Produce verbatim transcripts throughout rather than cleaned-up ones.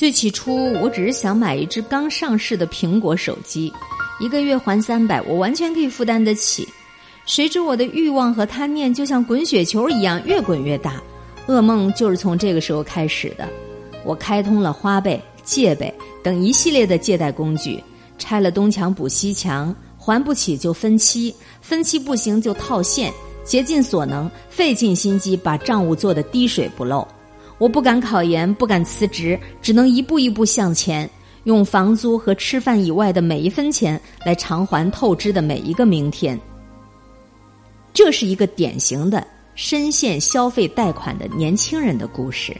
最起初我只是想买一只刚上市的苹果手机，一个月还三百，我完全可以负担得起。谁知我的欲望和贪念就像滚雪球一样越滚越大，噩梦就是从这个时候开始的。我开通了花呗、借呗等一系列的借贷工具，拆了东墙补西墙，还不起就分期，分期不行就套现，竭尽所能，费尽心机把账务做得滴水不漏。我不敢考研，不敢辞职，只能一步一步向前，用房租和吃饭以外的每一分钱来偿还透支的每一个明天。这是一个典型的深陷消费贷款的年轻人的故事。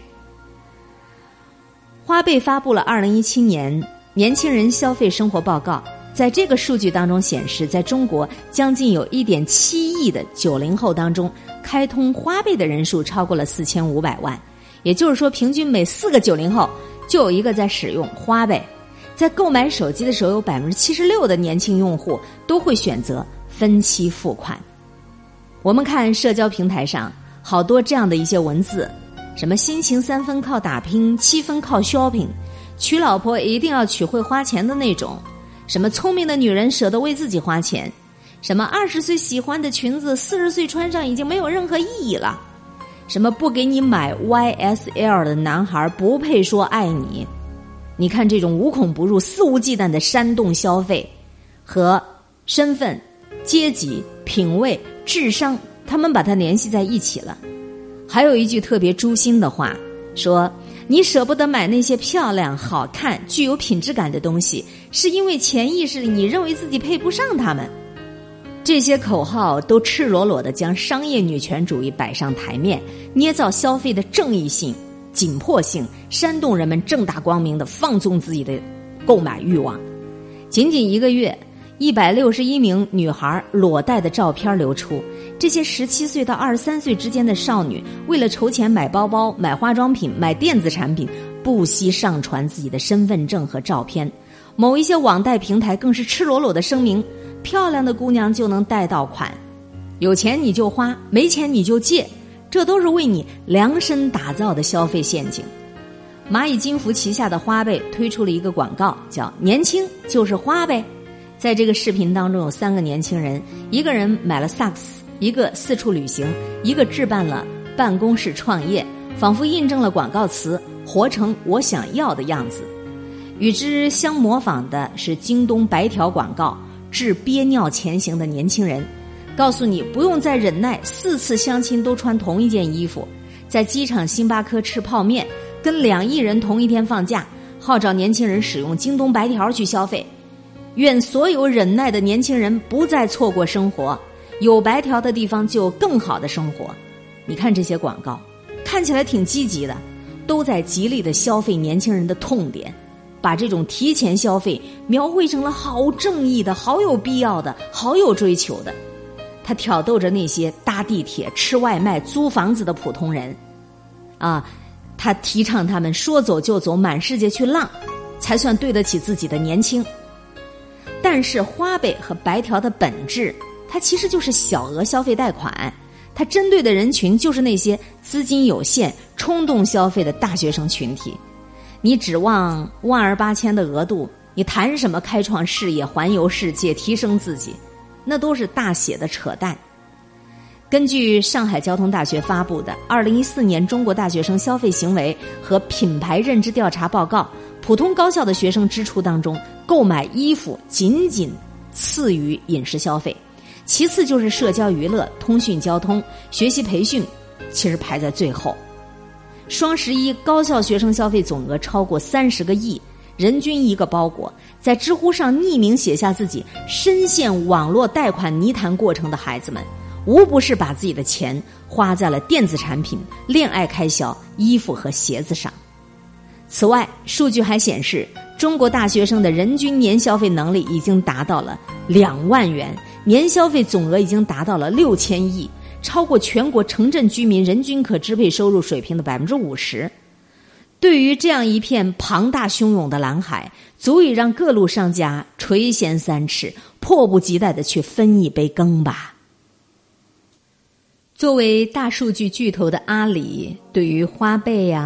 花呗发布了二零一七年年轻人消费生活报告，在这个数据当中显示，在中国将近有 一点七亿的九零后当中，开通花呗的人数超过了四千五百万，也就是说平均每四个九零后就有一个在使用花呗。在购买手机的时候，有 百分之七十六 的年轻用户都会选择分期付款。我们看社交平台上好多这样的一些文字，什么心情三分靠打拼，七分靠 shopping， 娶老婆一定要娶会花钱的那种，什么聪明的女人舍得为自己花钱，什么二十岁喜欢的裙子四十岁穿上已经没有任何意义了，什么不给你买 Y S L 的男孩不配说爱你。你看这种无孔不入、肆无忌惮的煽动消费和身份、阶级、品味、智商，他们把它联系在一起了。还有一句特别诛心的话，说你舍不得买那些漂亮、好看、具有品质感的东西，是因为潜意识里你认为自己配不上他们。这些口号都赤裸裸地将商业女权主义摆上台面，捏造消费的正义性、紧迫性，煽动人们正大光明地放纵自己的购买欲望。仅仅一个月，一百六十一名女孩裸贷的照片流出。这些十七岁到二十三岁之间的少女，为了筹钱买包包、买化妆品、买电子产品，不惜上传自己的身份证和照片。某一些网贷平台更是赤裸裸的声明，漂亮的姑娘就能贷到款，有钱你就花，没钱你就借，这都是为你量身打造的消费陷阱。蚂蚁金服旗下的花呗推出了一个广告，叫年轻就是花呗。在这个视频当中有三个年轻人，一个人买了萨克斯，一个四处旅行，一个置办了办公室创业，仿佛印证了广告词活成我想要的样子。与之相模仿的是京东白条广告，致憋尿前行的年轻人，告诉你不用再忍耐四次相亲都穿同一件衣服，在机场星巴克吃泡面，跟两亿人同一天放假，号召年轻人使用京东白条去消费。愿所有忍耐的年轻人不再错过生活，有白条的地方就有更好的生活。你看这些广告看起来挺积极的，都在极力的消费年轻人的痛点，把这种提前消费描绘成了好正义的、好有必要的、好有追求的。他挑逗着那些搭地铁、吃外卖、租房子的普通人啊，他提倡他们说走就走，满世界去浪，才算对得起自己的年轻。但是花呗和白条的本质，它其实就是小额消费贷款，它针对的人群就是那些资金有限、冲动消费的大学生群体。你指望万儿八千的额度，你谈什么开创事业、环游世界、提升自己，那都是大写的扯淡。根据上海交通大学发布的二零一四年中国大学生消费行为和品牌认知调查报告，普通高校的学生支出当中，购买衣服仅仅次于饮食消费，其次就是社交娱乐、通讯交通、学习培训，其实排在最后。双十一高校学生消费总额超过三十个亿，人均一个包裹。在知乎上匿名写下自己深陷网络贷款泥潭过程的孩子们，无不是把自己的钱花在了电子产品、恋爱开销、衣服和鞋子上。此外，数据还显示，中国大学生的人均年消费能力已经达到了两万元，年消费总额已经达到了六千亿，超过全国城镇居民人均可支配收入水平的 百分之五十。 对于这样一片庞大汹涌的蓝海，足以让各路商家垂涎三尺，迫不及待地去分一杯羹吧。作为大数据巨头的阿里，对于花呗呀、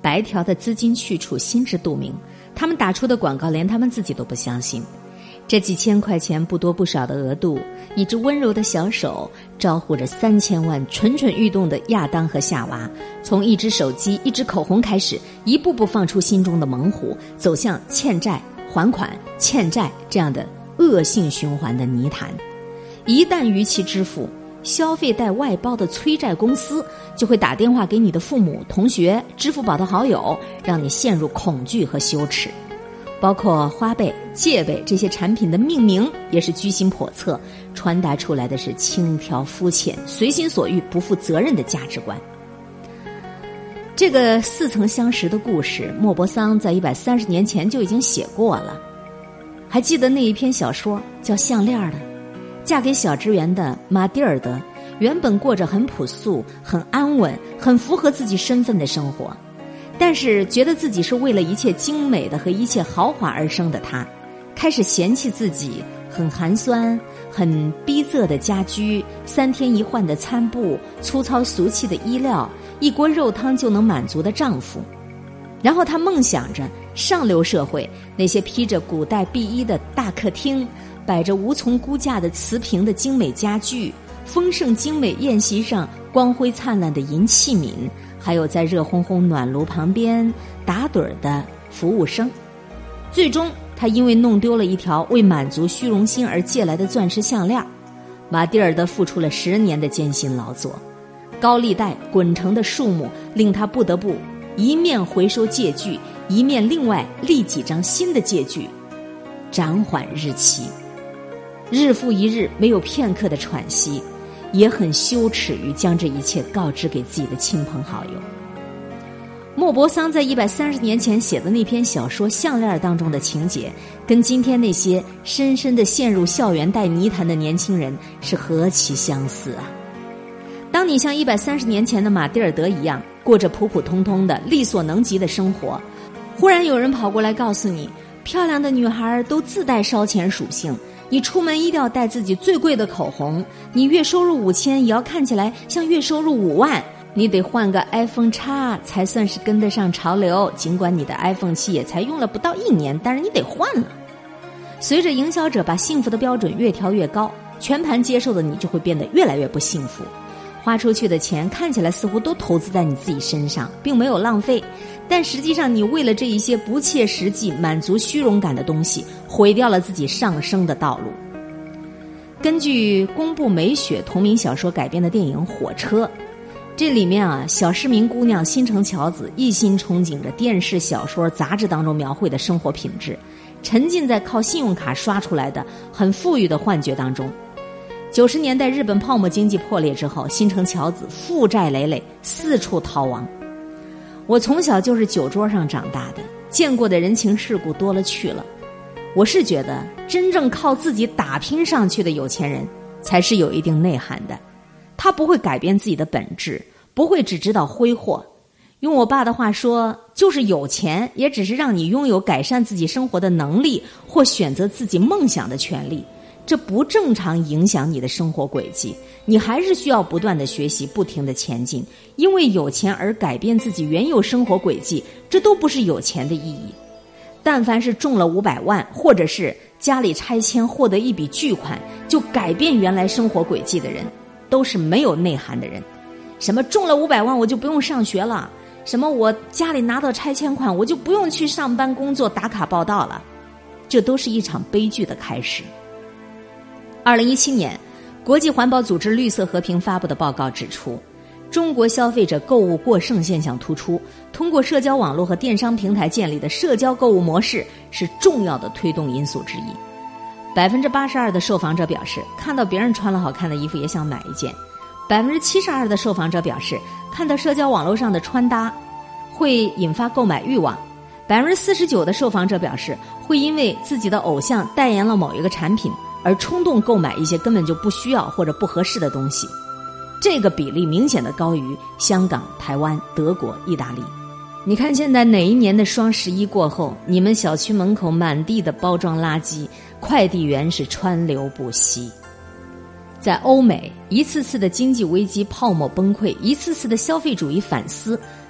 白条的资金去处心知肚明，他们打出的广告连他们自己都不相信。这几千块钱不多不少的额度，一只温柔的小手招呼着三千万蠢蠢欲动的亚当和夏娃，从一只手机一支口红开始，一步步放出心中的猛虎，走向欠债还款欠债这样的恶性循环的泥潭。一旦逾期支付，消费贷外包的催债公司就会打电话给你的父母、同学、支付宝的好友，让你陷入恐惧和羞耻。包括花呗、借呗这些产品的命名也是居心叵测，传达出来的是轻佻肤浅、随心所欲、不负责任的价值观。这个似曾相识的故事，莫泊桑在一百三十年前就已经写过了。还记得那一篇小说叫《项链》的？嫁给小职员的玛蒂尔德原本过着很朴素、很安稳、很符合自己身份的生活，但是觉得自己是为了一切精美的和一切豪华而生的她，开始嫌弃自己很寒酸、很逼仄的家居、三天一换的餐布、粗糙俗气的衣料、一锅肉汤就能满足的丈夫。然后她梦想着上流社会那些披着古代碧衣的大客厅，摆着无从估价的瓷瓶的精美家具，丰盛精美宴席上光辉灿烂的银器皿，还有在热烘烘暖炉旁边打盹的服务生。最终他因为弄丢了一条为满足虚荣心而借来的钻石项链，玛蒂尔德付出了十年的艰辛劳作，高利贷滚成的数目令他不得不一面回收借据，一面另外立几张新的借据，暂缓日期。日复一日没有片刻的喘息，也很羞耻于将这一切告知给自己的亲朋好友。莫泊桑在一百三十年前写的那篇小说《项链》当中的情节，跟今天那些深深地陷入校园贷泥潭的年轻人是何其相似啊！当你像一百三十年前的玛蒂尔德一样，过着普普通通的力所能及的生活，忽然有人跑过来告诉你，漂亮的女孩都自带烧钱属性，你出门一定要带自己最贵的口红，你月收入五千也要看起来像月收入五万，你得换个 iPhone X 才算是跟得上潮流，尽管你的 iPhone 七也才用了不到一年，但是你得换了。随着营销者把幸福的标准越调越高，全盘接受的你就会变得越来越不幸福。花出去的钱看起来似乎都投资在你自己身上，并没有浪费，但实际上你为了这一些不切实际满足虚荣感的东西，毁掉了自己上升的道路。根据宫部美雪同名小说改编的电影《火车》，这里面啊，小市民姑娘新城乔子一心憧憬着电视、小说、杂志当中描绘的生活品质，沉浸在靠信用卡刷出来的很富裕的幻觉当中。九十年代日本泡沫经济破裂之后，新城乔子负债累累，四处逃亡。我从小就是酒桌上长大的，见过的人情世故多了去了。我是觉得真正靠自己打拼上去的有钱人才是有一定内涵的，他不会改变自己的本质，不会只知道挥霍。用我爸的话说，就是有钱也只是让你拥有改善自己生活的能力或选择自己梦想的权利，这不正常影响你的生活轨迹，你还是需要不断的学习，不停的前进。因为有钱而改变自己原有生活轨迹，这都不是有钱的意义。但凡是中了五百万，或者是家里拆迁获得一笔巨款就改变原来生活轨迹的人，都是没有内涵的人。什么中了五百万我就不用上学了，什么我家里拿到拆迁款我就不用去上班工作打卡报到了，这都是一场悲剧的开始。二零一七年，国际环保组织绿色和平发布的报告指出，中国消费者购物过剩现象突出，通过社交网络和电商平台建立的社交购物模式是重要的推动因素之一。百分之八十二的受访者表示，看到别人穿了好看的衣服也想买一件。百分之七十二的受访者表示，看到社交网络上的穿搭会引发购买欲望。百分之四十九的受访者表示，会因为自己的偶像代言了某一个产品而冲动购买一些根本就不需要或者不合适的东西。这个比例明显的高于香港、台湾、德国、意大利。你看现在哪一年的双十一过后，你们小区门口满地的包装垃圾，快递员是川流不息。在欧美，一次次的经济危机泡沫崩溃，一次次的消费主义反思，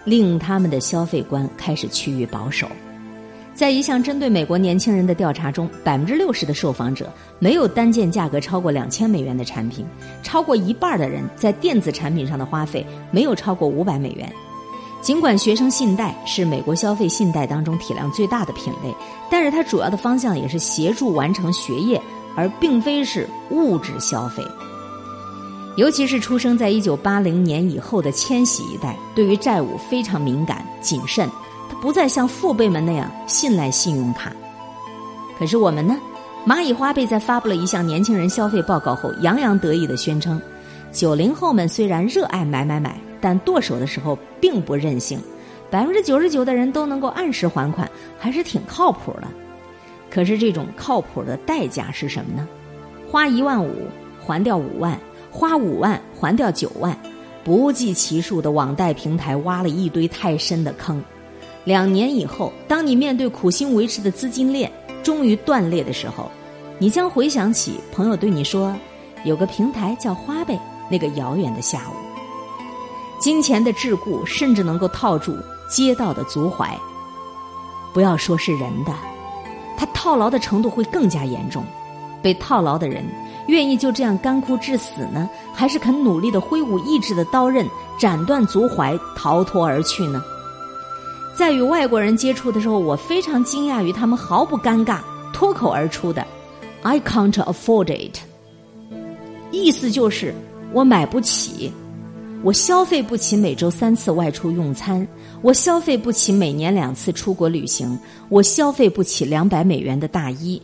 令他们的消费观开始趋于保守。在一项针对美国年轻人的调查中， 百分之六十 的受访者没有单件价格超过两千美元的产品，超过一半的人在电子产品上的花费没有超过五百美元。尽管学生信贷是美国消费信贷当中体量最大的品类，但是它主要的方向也是协助完成学业，而并非是物质消费。尤其是出生在一九八零年以后的千禧一代，对于债务非常敏感谨慎，他不再像父辈们那样信赖信用卡。可是我们呢，蚂蚁花呗在发布了一项年轻人消费报告后，洋洋得意地宣称，九零后们虽然热爱买买买，但剁手的时候并不任性， 百分之九十九 的人都能够按时还款，还是挺靠谱的。可是这种靠谱的代价是什么呢？花一万五还掉五万，花五万还掉九万，不计其数的网贷平台挖了一堆太深的坑。两年以后，当你面对苦心维持的资金链终于断裂的时候，你将回想起朋友对你说，有个平台叫花呗，那个遥远的下午。金钱的桎梏甚至能够套住街道的足踝，不要说是人的，他套牢的程度会更加严重。被套牢的人愿意就这样干枯致死呢，还是肯努力地挥舞意志的刀刃，斩断足踝，逃脱而去呢？在与外国人接触的时候，我非常惊讶于他们毫不尴尬脱口而出的 I can't afford it， 意思就是我买不起，我消费不起每周三次外出用餐，我消费不起每年两次出国旅行，我消费不起两百美元的大衣。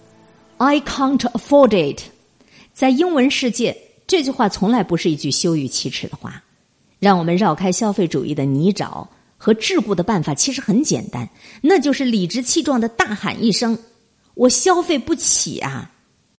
I can't afford it， 在英文世界，这句话从来不是一句羞于启齿的话。让我们绕开消费主义的泥沼和桎梏的办法其实很简单，那就是理直气壮地大喊一声，我消费不起啊！